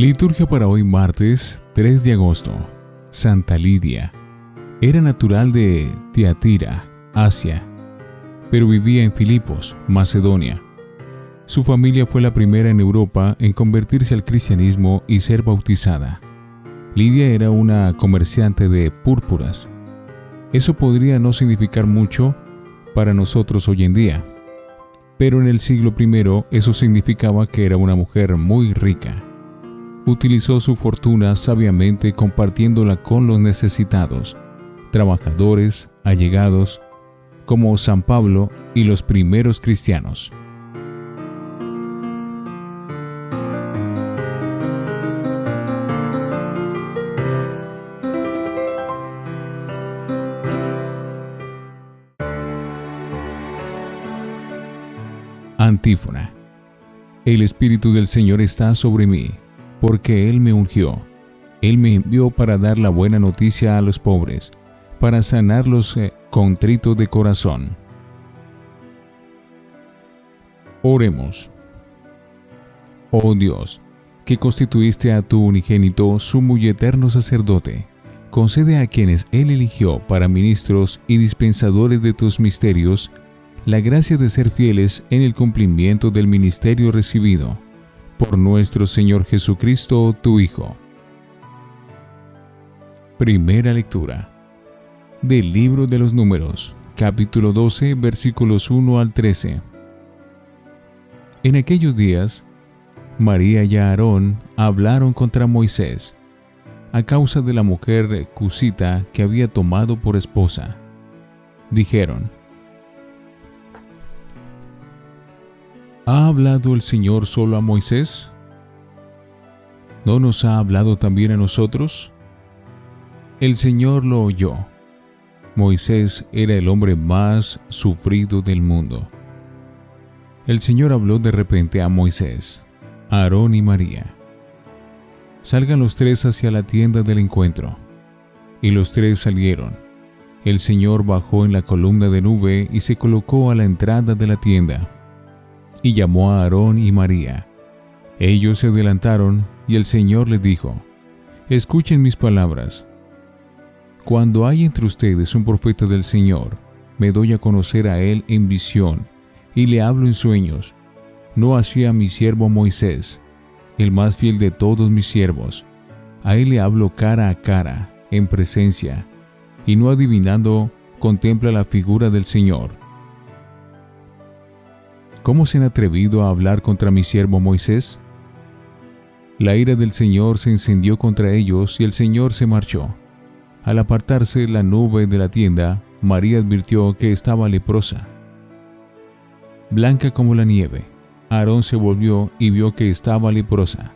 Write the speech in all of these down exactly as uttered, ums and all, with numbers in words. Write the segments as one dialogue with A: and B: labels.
A: Liturgia para hoy martes tres de agosto. Santa Lidia. Era natural de Tiatira, Asia, pero vivía en Filipos, Macedonia. Su familia fue la primera en Europa en convertirse al cristianismo y ser bautizada. Lidia era una comerciante de púrpuras. Eso podría no significar mucho para nosotros hoy en día, pero en el siglo primero eso significaba que era una mujer muy rica. Utilizó su fortuna sabiamente compartiéndola con los necesitados, trabajadores, allegados, como San Pablo y los primeros cristianos. Antífona. El Espíritu del Señor está sobre mí, porque Él me ungió. Él me envió para dar la buena noticia a los pobres, para sanar los eh, contritos de corazón. Oremos. Oh Dios, que constituiste a tu unigénito sumo y eterno sacerdote, concede a quienes Él eligió para ministros y dispensadores de tus misterios, la gracia de ser fieles en el cumplimiento del ministerio recibido, por nuestro Señor Jesucristo, tu Hijo. Primera lectura del libro de los Números, capítulo doce, versículos uno al trece. En aquellos días, María y Aarón hablaron contra Moisés, a causa de la mujer cusita que había tomado por esposa. Dijeron: ¿Ha hablado el Señor solo a Moisés? ¿No nos ha hablado también a nosotros? El Señor lo oyó. Moisés era el hombre más sufrido del mundo. El Señor habló de repente a Moisés, Aarón y María. Salgan los tres hacia la tienda del encuentro. Y los tres salieron. El Señor bajó en la columna de nube y se colocó a la entrada de la tienda. Y llamó a Aarón y María. Ellos se adelantaron y el Señor les dijo: Escuchen mis palabras. Cuando hay entre ustedes un profeta del Señor, me doy a conocer a él en visión y le hablo en sueños. No así a mi siervo Moisés, el más fiel de todos mis siervos. A él le hablo cara a cara, en presencia, y no adivinando contempla la figura del Señor. ¿Cómo se han atrevido a hablar contra mi siervo Moisés? La ira del Señor se encendió contra ellos y el Señor se marchó. Al apartarse la nube de la tienda, María advirtió que estaba leprosa. Blanca como la nieve, Aarón se volvió y vio que estaba leprosa.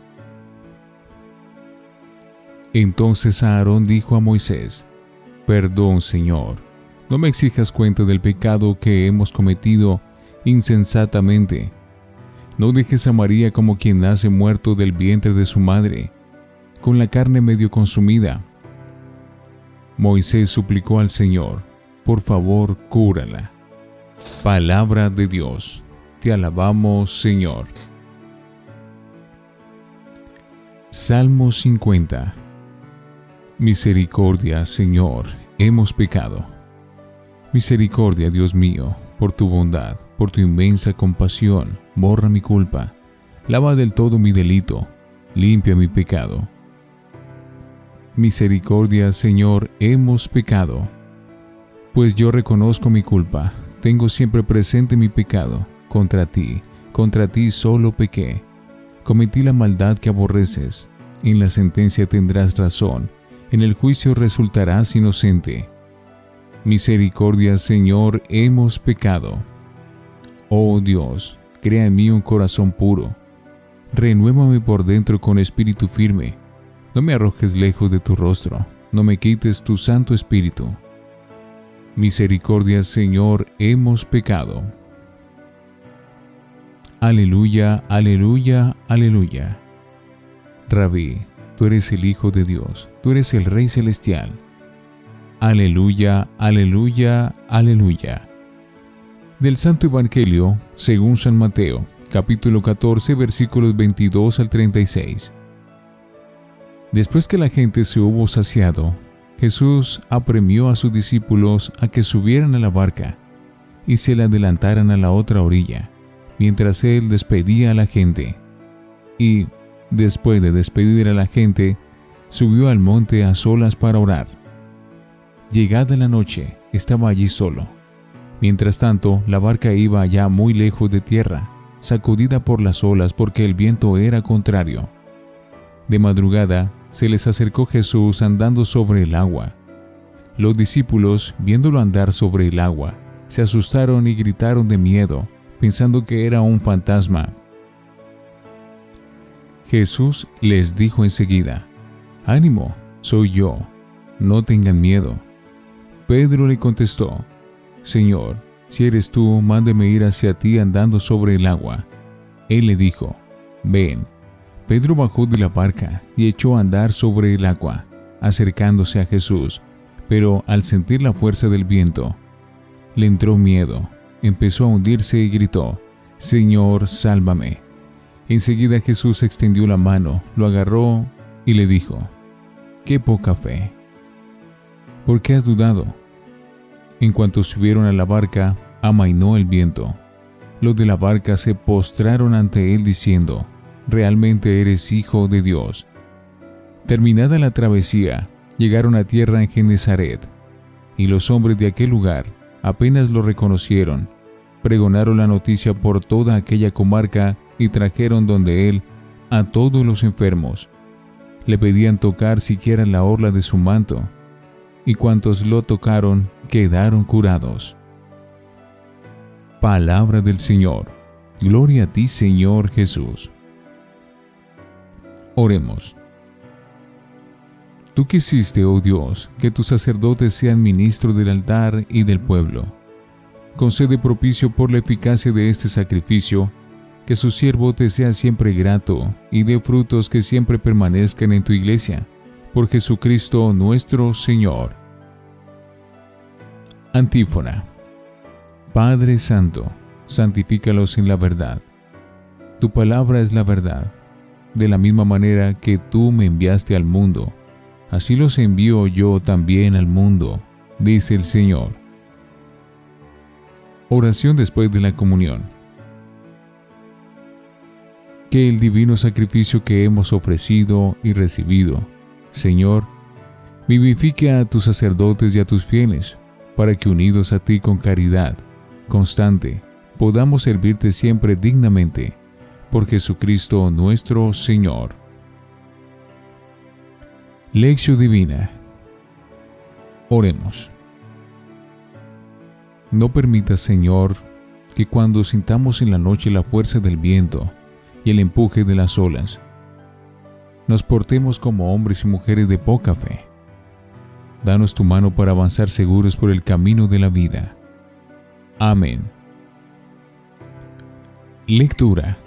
A: Entonces Aarón dijo a Moisés: Perdón, Señor, no me exijas cuenta del pecado que hemos cometido insensatamente. No dejes a María como quien nace muerto del vientre de su madre, con la carne medio consumida. Moisés suplicó al Señor: Por favor, cúrala. Palabra de Dios. Te alabamos, Señor. Salmo cincuenta. Misericordia, Señor, hemos pecado. Misericordia, Dios mío, por tu bondad, por tu inmensa compasión, borra mi culpa, lava del todo mi delito, limpia mi pecado. Misericordia, Señor, hemos pecado. Pues yo reconozco mi culpa, tengo siempre presente mi pecado, contra ti, contra ti solo pequé. Cometí la maldad que aborreces, en la sentencia tendrás razón, en el juicio resultarás inocente. Misericordia, Señor, hemos pecado. Oh Dios, crea en mí un corazón puro. Renuévame por dentro con espíritu firme. No me arrojes lejos de tu rostro, no me quites tu Santo Espíritu. Misericordia, Señor, hemos pecado. Aleluya, aleluya, aleluya. Rabí, tú eres el Hijo de Dios, tú eres el Rey Celestial. Aleluya, aleluya, aleluya. Del Santo Evangelio, según San Mateo, capítulo catorce, versículos veintidós al treinta y seis. Después que la gente se hubo saciado, Jesús apremió a sus discípulos a que subieran a la barca y se le adelantaran a la otra orilla, mientras él despedía a la gente. Y, después de despedir a la gente, subió al monte a solas para orar. Llegada la noche, estaba allí solo. Mientras tanto, la barca iba ya muy lejos de tierra, sacudida por las olas porque el viento era contrario. De madrugada, se les acercó Jesús andando sobre el agua. Los discípulos, viéndolo andar sobre el agua, se asustaron y gritaron de miedo, pensando que era un fantasma. Jesús les dijo enseguida: «Ánimo, soy yo, no tengan miedo». Pedro le contestó: «Señor, si eres tú, mándeme ir hacia ti andando sobre el agua». Él le dijo: «Ven». Pedro bajó de la barca y echó a andar sobre el agua, acercándose a Jesús, pero al sentir la fuerza del viento, le entró miedo, empezó a hundirse y gritó: «Señor, sálvame». Enseguida Jesús extendió la mano, lo agarró y le dijo: «Qué poca fe. ¿Por qué has dudado?». En cuanto subieron a la barca, amainó el viento. Los de la barca se postraron ante él diciendo: «Realmente eres hijo de Dios». Terminada la travesía, llegaron a tierra en Genesaret, y los hombres de aquel lugar apenas lo reconocieron. Pregonaron la noticia por toda aquella comarca y trajeron donde él a todos los enfermos. Le pedían tocar siquiera la orla de su manto, y cuantos lo tocaron quedaron curados. Palabra del Señor. Gloria a ti, Señor Jesús. Oremos. Tú quisiste, oh Dios, que tus sacerdotes sean ministros del altar y del pueblo. Concede propicio por la eficacia de este sacrificio, que su siervo te sea siempre grato y dé frutos que siempre permanezcan en tu iglesia. Por Jesucristo nuestro Señor. Antífona. Padre Santo, santifícalos en la verdad. Tu palabra es la verdad. De la misma manera que tú me enviaste al mundo, así los envío yo también al mundo, dice el Señor. Oración después de la comunión. Que el divino sacrificio que hemos ofrecido y recibido, Señor, vivifique a tus sacerdotes y a tus fieles, para que unidos a ti con caridad constante, podamos servirte siempre dignamente. Por Jesucristo nuestro Señor. Lección Divina. Oremos. No permitas, Señor, que cuando sintamos en la noche la fuerza del viento y el empuje de las olas, nos portemos como hombres y mujeres de poca fe. Danos tu mano para avanzar seguros por el camino de la vida. Amén. Lectura.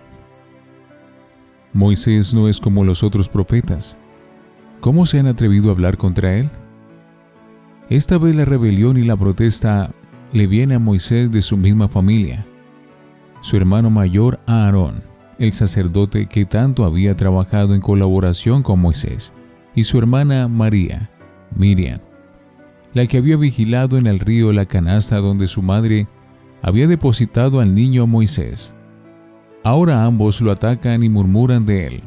A: Moisés no es como los otros profetas. ¿Cómo se han atrevido a hablar contra él? Esta vez la rebelión y la protesta le viene a Moisés de su misma familia. Su hermano mayor Aarón, el sacerdote que tanto había trabajado en colaboración con Moisés, y su hermana María, Miriam, la que había vigilado en el río la canasta donde su madre había depositado al niño Moisés. Ahora ambos lo atacan y murmuran de él.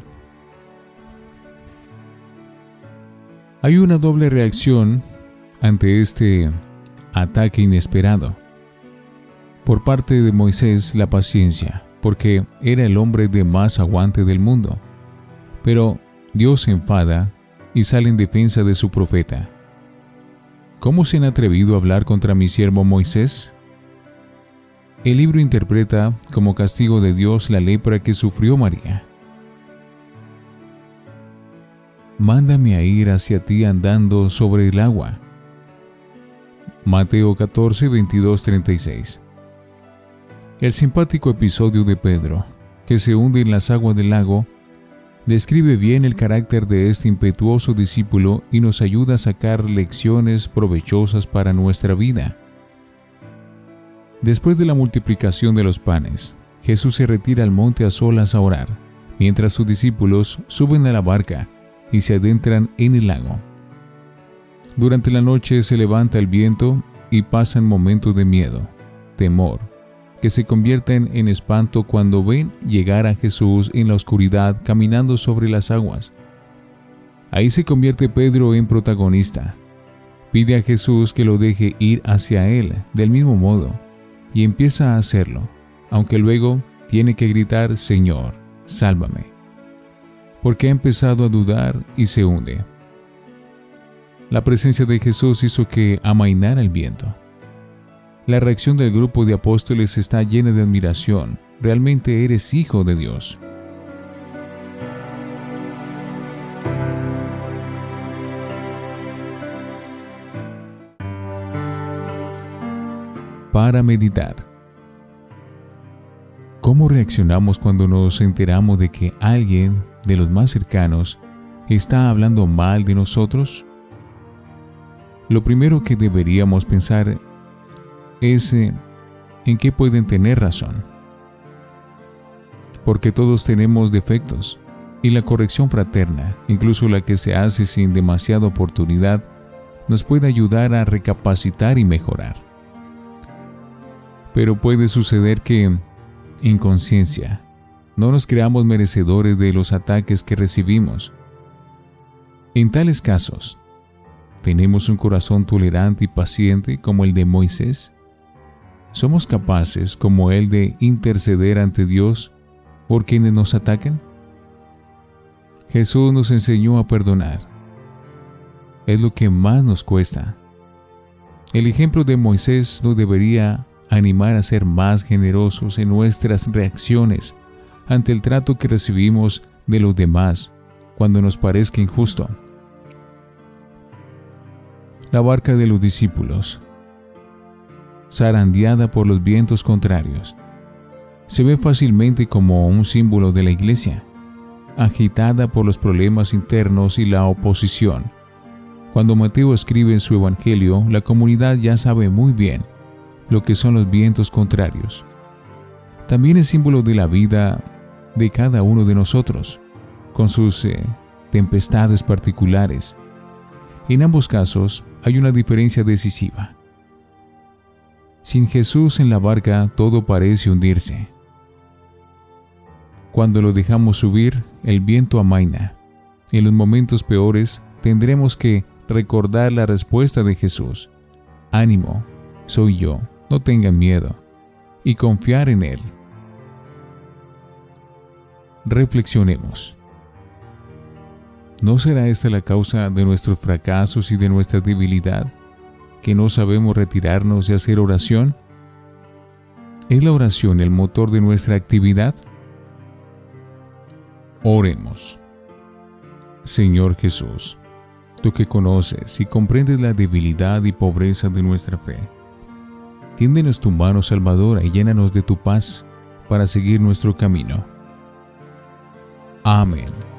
A: Hay una doble reacción ante este ataque inesperado. Por parte de Moisés, la paciencia, porque era el hombre de más aguante del mundo. Pero Dios se enfada y sale en defensa de su profeta. ¿Cómo se han atrevido a hablar contra mi siervo Moisés? El libro interpreta como castigo de Dios la lepra que sufrió María. Mándame a ir hacia ti andando sobre el agua. Mateo catorce, veintidós, treinta y seis. El simpático episodio de Pedro, que se hunde en las aguas del lago, describe bien el carácter de este impetuoso discípulo y nos ayuda a sacar lecciones provechosas para nuestra vida. Después de la multiplicación de los panes, Jesús se retira al monte a solas a orar, mientras sus discípulos suben a la barca y se adentran en el lago. Durante la noche se levanta el viento y pasan momentos de miedo, temor, que se convierten en espanto cuando ven llegar a Jesús en la oscuridad caminando sobre las aguas. Ahí se convierte Pedro en protagonista. Pide a Jesús que lo deje ir hacia él del mismo modo y empieza a hacerlo, aunque luego tiene que gritar: Señor, sálvame, porque ha empezado a dudar y se hunde. La presencia de Jesús hizo que amainara el viento. La reacción del grupo de apóstoles está llena de admiración. Realmente eres hijo de Dios. Para meditar. ¿Cómo reaccionamos cuando nos enteramos de que alguien de los más cercanos está hablando mal de nosotros? Lo primero que deberíamos pensar es eh, en qué pueden tener razón. Porque todos tenemos defectos, y la corrección fraterna, incluso la que se hace sin demasiada oportunidad, nos puede ayudar a recapacitar y mejorar. Pero puede suceder que, en conciencia, no nos creamos merecedores de los ataques que recibimos. En tales casos, ¿tenemos un corazón tolerante y paciente como el de Moisés? ¿Somos capaces, como él, de interceder ante Dios por quienes nos atacan? Jesús nos enseñó a perdonar. Es lo que más nos cuesta. El ejemplo de Moisés nos debería animar a ser más generosos en nuestras reacciones ante el trato que recibimos de los demás cuando nos parezca injusto. La barca de los discípulos, zarandeada por los vientos contrarios, se ve fácilmente como un símbolo de la iglesia, agitada por los problemas internos y la oposición. Cuando Mateo escribe en su evangelio, la comunidad ya sabe muy bien lo que son los vientos contrarios. También es símbolo de la vida de cada uno de nosotros, con sus eh, tempestades particulares. En ambos casos hay una diferencia decisiva. Sin Jesús en la barca, todo parece hundirse. Cuando lo dejamos subir, el viento amaina. En los momentos peores, tendremos que recordar la respuesta de Jesús: ánimo, soy yo, no tengan miedo, y confiar en Él. Reflexionemos. ¿No será esta la causa de nuestros fracasos y de nuestra debilidad, que no sabemos retirarnos y hacer oración? ¿Es la oración el motor de nuestra actividad? Oremos. Señor Jesús, tú que conoces y comprendes la debilidad y pobreza de nuestra fe, tiéndenos tu mano salvadora y llénanos de tu paz para seguir nuestro camino. Amén.